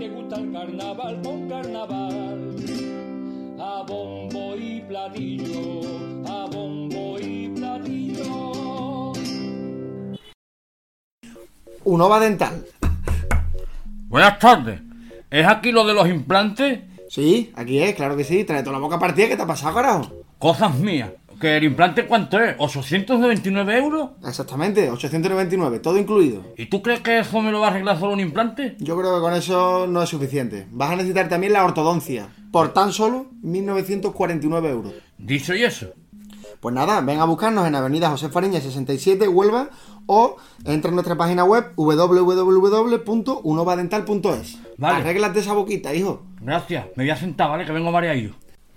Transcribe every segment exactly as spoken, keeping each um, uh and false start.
le gusta el carnaval con carnaval. A bombo y platillo, a bombo y platillo. Unova Dental. Buenas tardes. ¿Es aquí lo de los implantes? Sí, aquí es, claro que sí. Trae toda la boca partida. ¿Qué te ha pasado, carajo? Cosas mías. ¿Que el implante cuánto es? ¿ochocientos noventa y nueve euros? Exactamente, ochocientos noventa y nueve, todo incluido. ¿Y tú crees que eso me lo va a arreglar solo un implante? Yo creo que con eso no es suficiente. Vas a necesitar también la ortodoncia, por tan solo mil novecientos cuarenta y nueve euros. ¿Dicho y eso? Pues nada, ven a buscarnos en Avenida José Fariña sesenta y siete, Huelva, o entra en nuestra página web doble u doble u doble u punto unova dental punto es. Vale. Arréglate esa boquita, hijo. Gracias. Me voy a sentar, ¿vale? Que vengo mareado.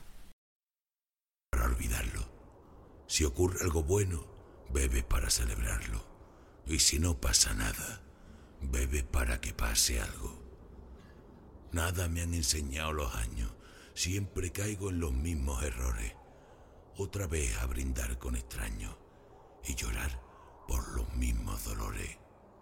Para olvidarlo. Si ocurre algo bueno, bebe para celebrarlo. Y si no pasa nada, bebe para que pase algo. Nada me han enseñado los años. Siempre caigo en los mismos errores. Otra vez a brindar con extraños y llorar por los mismos dolores.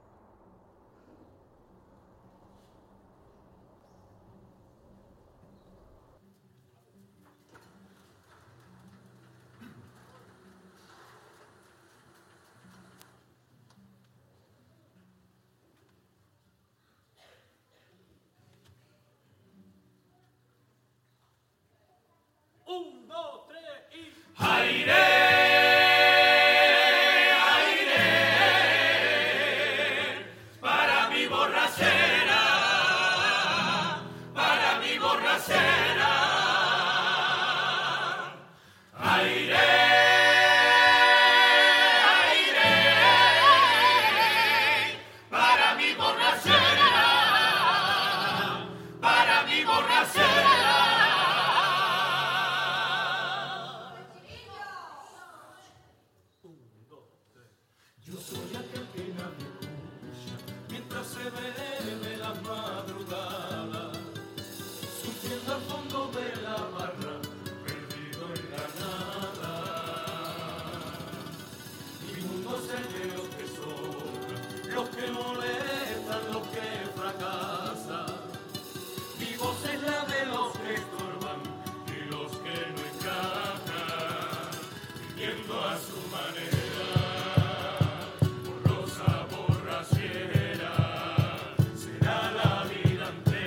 Un, dos, tres y... ¡Aire! Será la vida entera.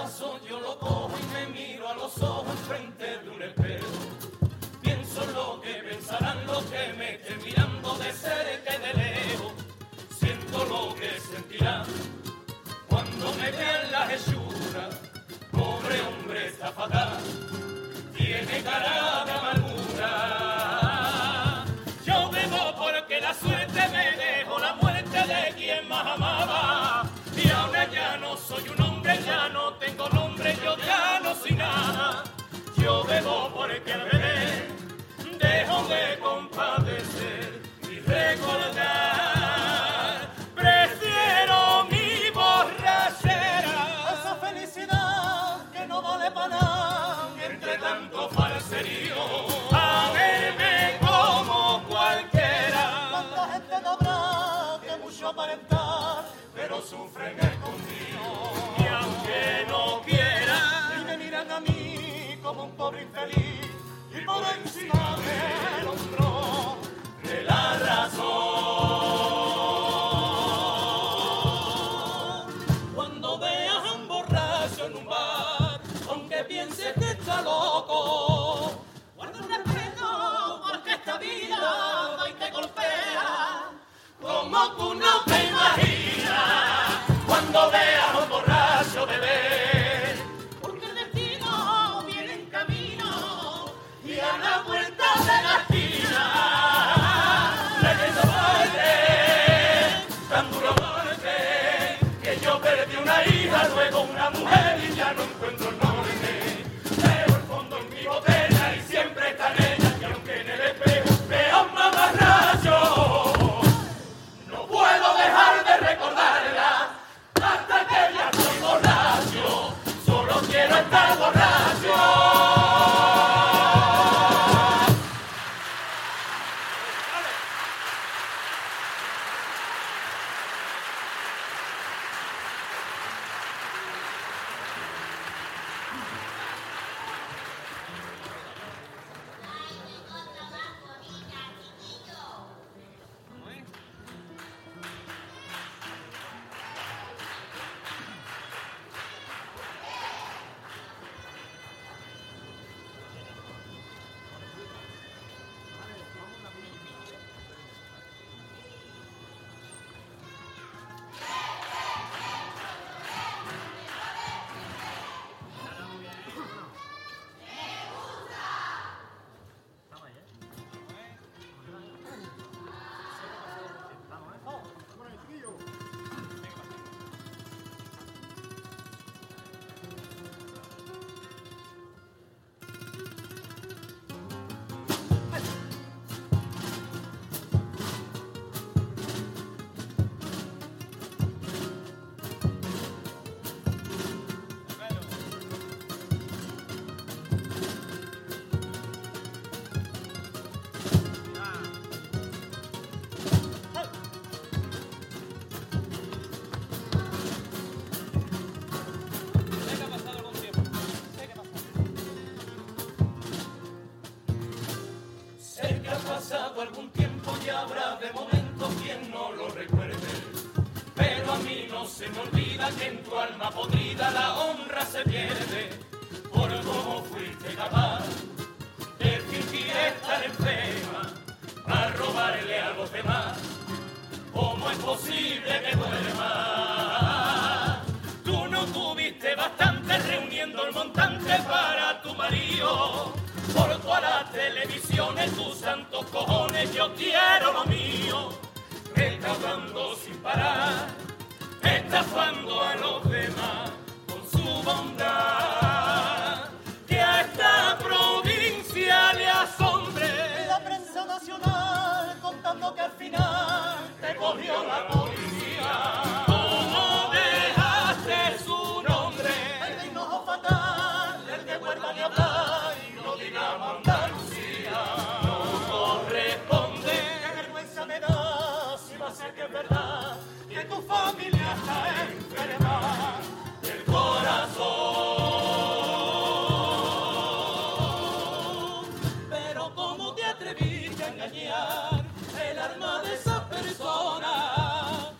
paso yo lo cojo y me miro a los ojos frente de un espejo. Pienso lo que pensarán los que me estén mirando de cerca y de lejos. Siento lo que sentirán cuando me vean las hechuras. Pobre hombre está fatal, tiene cara de amargura. Yo bebo porque la suerte me dejó la muerte de quien más amaba. Y ahora ya no soy un hombre, ya no tengo nombre, yo ya no soy nada. Yo bebo porque al beber dejo de compadecer y recordar. Prefiero mi borrachera, esa felicidad que no vale para nada, entre tanto falserío, a verme como cualquiera. Tanta gente no habrá que mucho aparentar, pero sufren escondido. Y aunque no quieran, y me miran a mí como un pobre infeliz, y por encima del hombro de la razón. Cuando veas a un borracho en un bar, aunque pienses que está loco, guarda un respeto porque esta vida va y te golpea como tú no te imaginas. Cuando veas a un borracho beber, porque el destino viene en camino y a la vuelta de la esquina, leyendo muerte, tan duro muerte, que yo perdí una hija, luego una mujer y ya no encuentro el norte. Veo el fondo en mi botella y siempre está en ella, y aunque en el espejo vea un mamarracho, no puedo dejar de recordarla hasta que ya estoy borracho. Solo quiero estar borracho. Pasado algún tiempo y habrá de momento quien no lo recuerde, pero a mí no se me olvida que en tu alma podrida la honra se pierde, por cómo fuiste capaz de fingir estar enferma para robarle a los demás. ¿Cómo es posible que duerma? Tú no tuviste bastante reuniendo el montante para tu marido. Por todas las televisiones, tus santos cojones, yo quiero lo mío. Recaudando sin parar, estafando a los demás con su bondad. Que a esta provincia le asombre la prensa nacional contando que al final te cogió la policía. ¿Cómo dejaste su nombre? El de hinojo fatal, el de huerta ni hablar. Andalucía no corresponde. Qué vergüenza me da si va a ser que es verdad que tu familia está enferma del corazón. Pero cómo te atreviste a engañar el alma de esa persona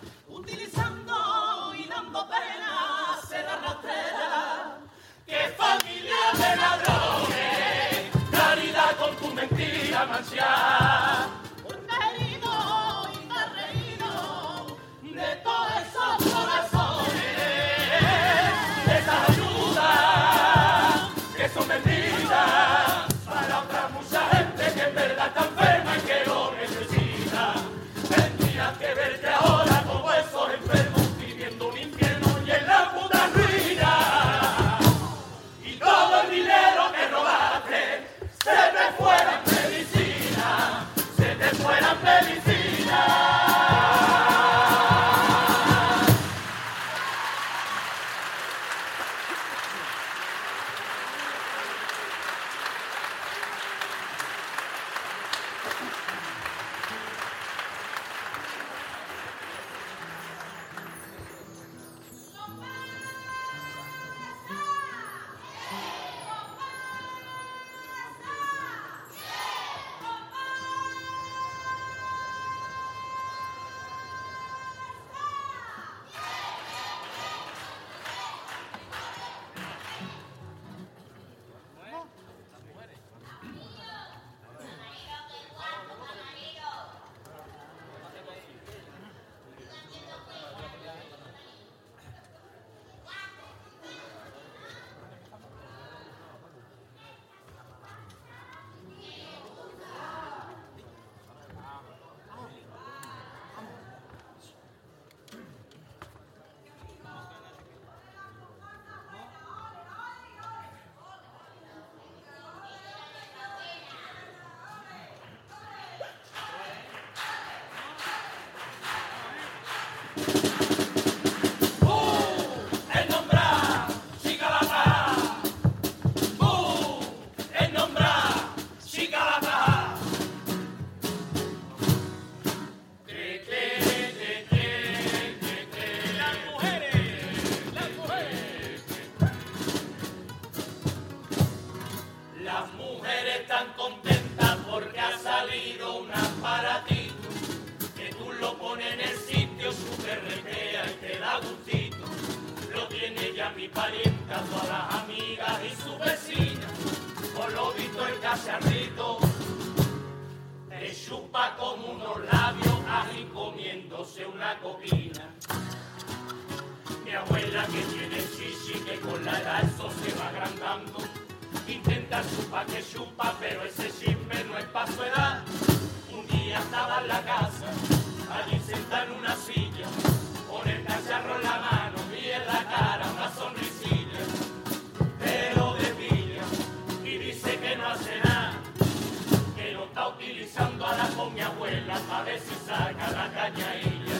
parientes, a todas las amigas y sus vecinas, por lo visto el cacharrito te chupa como unos labios ahí comiéndose una coquina. Mi abuela que tiene chichi, que con la edad eso se va agrandando, intenta chupar que chupa, pero ese chisme no es pa' su edad. Un día estaba en la casa, allí sentada en una silla, con el cacharro en la mano y en la cara una sonrisilla, pero de pilla, y dice que no hace nada, que lo está utilizando ahora con mi abuela para ver si saca la cañailla.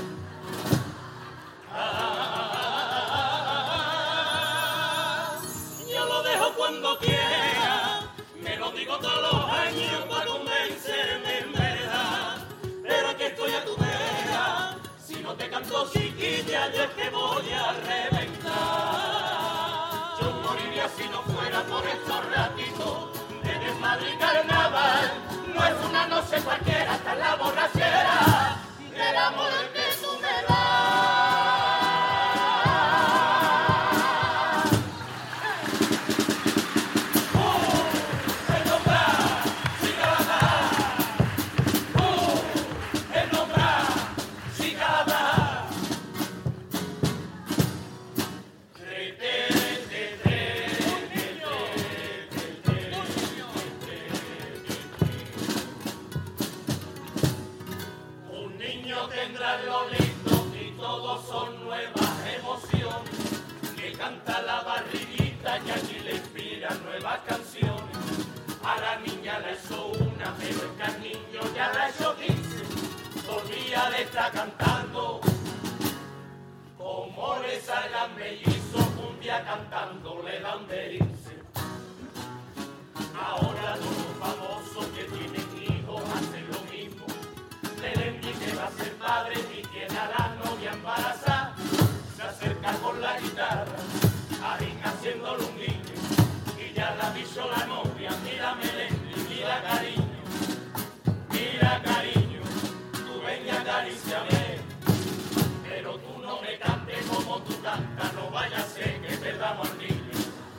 Ah, yo lo dejo cuando quiera, me lo digo todos los años para convencerme en verdad, pero aquí estoy a tu vera, si no te canto chiquilla yo es que voy a reventar. Yo moriría si no fuera por estos ratitos de desmadre y carnaval, no es una noche cualquiera, hasta la borrachera del amor que tú me das. Tendrá lo lindo y todos son nuevas emociones, que canta la barriguita y allí le inspira nuevas canciones. A la niña la hizo una, pero es que al niño ya la hizo quince, todavía le está cantando. Como le salgan mellizos, un día cantando le dan de irse. Ahora los famosos que tienen hijos hacen lo mismo, le den que va a ser padre y tiene a la novia embarazada, se acerca con la guitarra, ahí haciéndole un guiño, y ya la avisó la novia, mira Melendi, mira cariño, mira cariño, tú ven y acaríciame, pero tú no me cantes como tú cantas, no vaya a ser que perdamos al niño.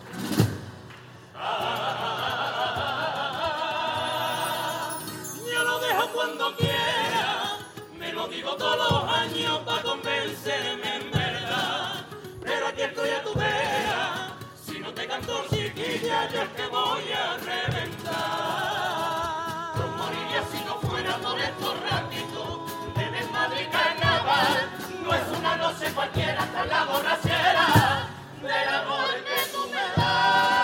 Ah, yo lo dejo cuando quiera, me lo digo todos los años para convencerme en verdad, pero aquí estoy a tu vera, si no te canto chiquilla yo es que voy a reventar. Yo moriría si no fuera por estos ratitos de desmadre y carnaval, no es una noche cualquiera, hasta la borrachera del amor que tú me das.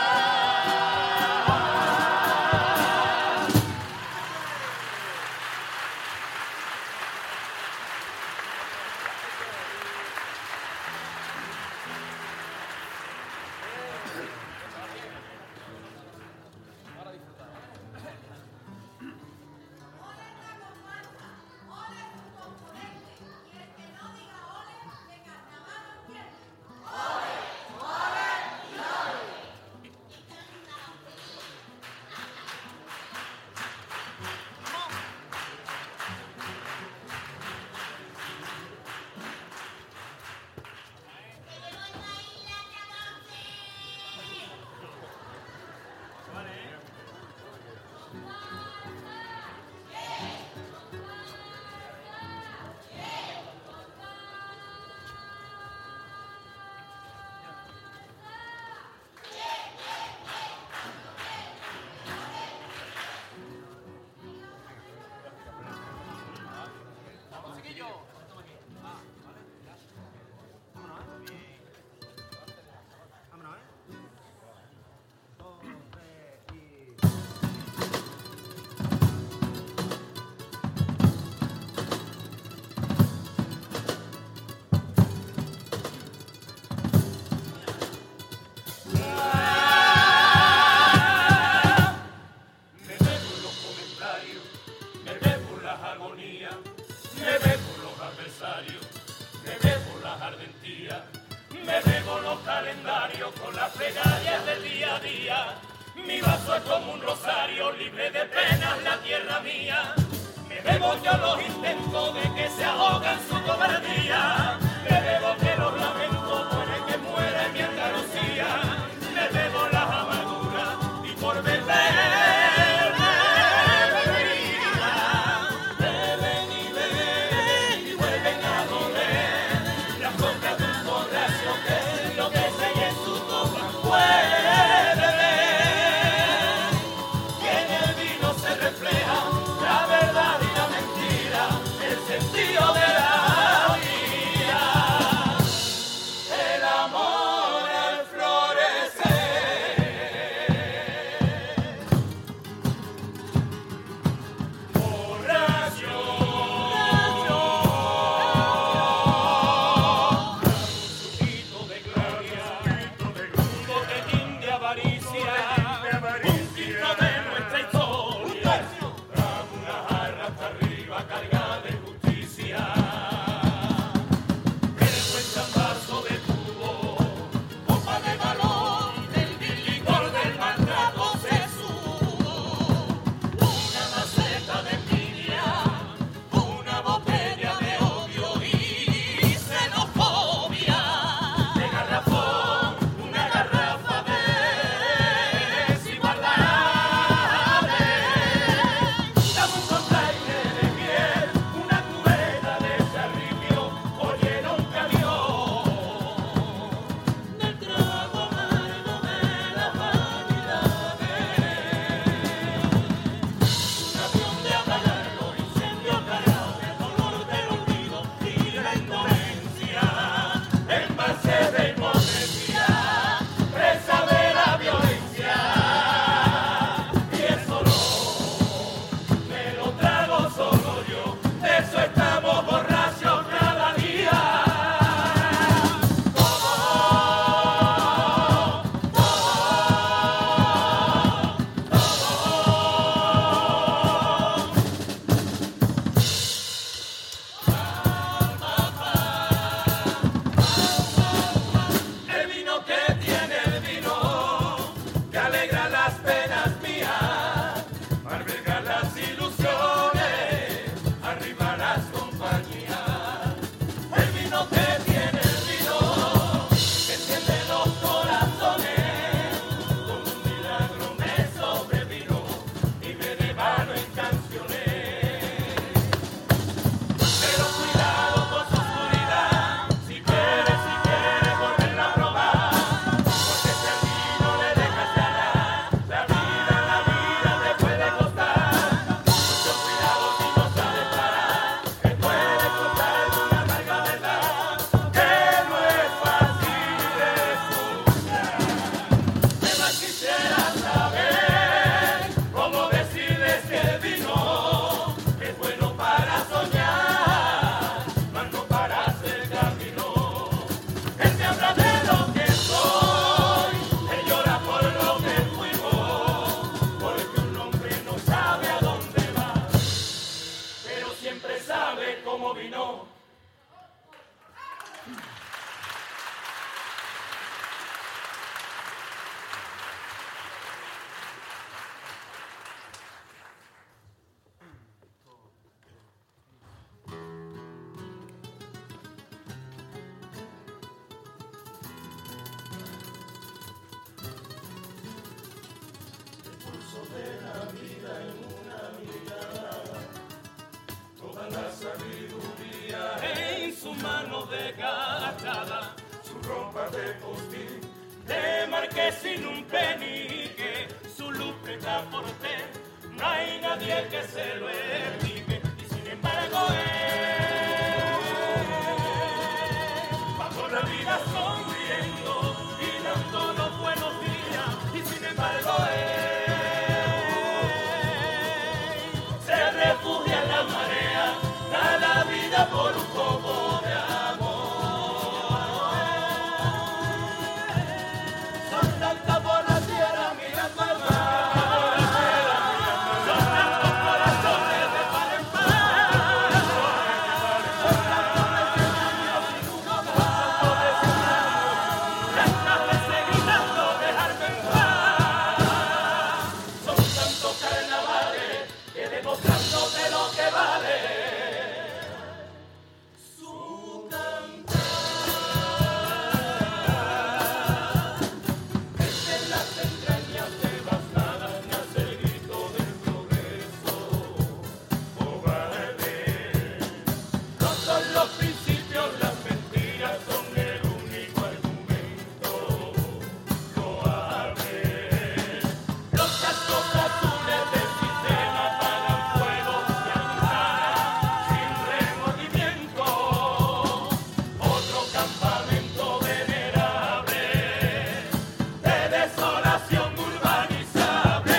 Mi vaso es como un rosario libre de penas, la tierra mía. Me bebo yo los intentos de que se ahoga en su cobardía. Me bebo que los lamentos mueren que muere mi Andalucía. vida en una mirada, toda la sabiduría en su mano desgastada, su ropa de postín, de marquesín un penique, su lúbrica porté, no hay nadie que se lo explique, y sin embargo él va por la vida sonriendo y dando los buenos días, y sin embargo él se refugia en la marea, da la vida por un poco de amor. Son tantas por la tierra mirando al mar, son tantos corazones de par en par, son tantos escenarios sin un hogar, tantas veces gritando dejarme en paz, son tantos carnavales que demostrando de lo que vale su cantar. Desde las entrañas devastadas nace el grito del progreso, cobarde. No son los principios, las mentiras son el único argumento loable. Los cascos azules del sistema apagan fuego y amparan sin remordimiento. Otro campamento venerable de desolación urbanizable.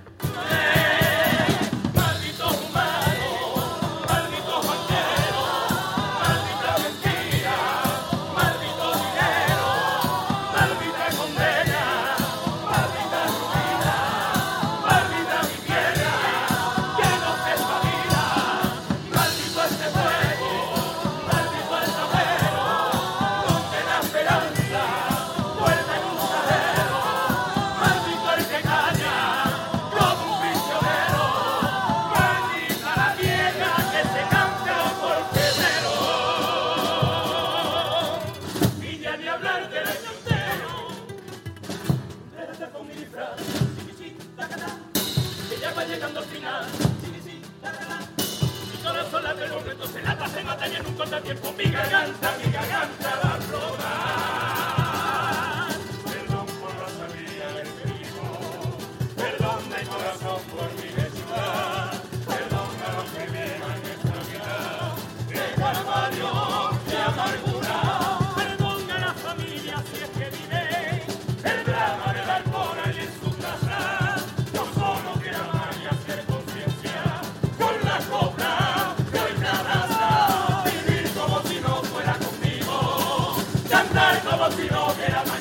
¡Eh! Malditos humanos, malditos banqueros, maldita mentira, maldito dinero, maldita condena, maldita ruina, maldita mi tierra, que no se espabila, maldito este fuego, maldito el tablero, donde la esperanza vuelve en un salero, maldito el que calla como un prisionero, maldita la vieja que se canta por febrero. Y ya ni hablar del año entero, déjate con mi disfraz, chiquichín, tacatá, que ya va llegando al final, chiquichín, tacatá. Y todas son las de los retos, se latas en batalla en un contratiempo, mi garganta, mi garganta va a rodar. Perdón por la sabía del trigo, perdón de corazón por mi necesidad, perdón a los que llevan esta vida de calvario, de amargura, perdón a las familias si es que viven el drama de la alcohol y en su casa, no solo quiero amar y hacer conciencia con la copla que hoy me abraza, vivir como si no fuera conmigo, cantar como si no hubiera mañana.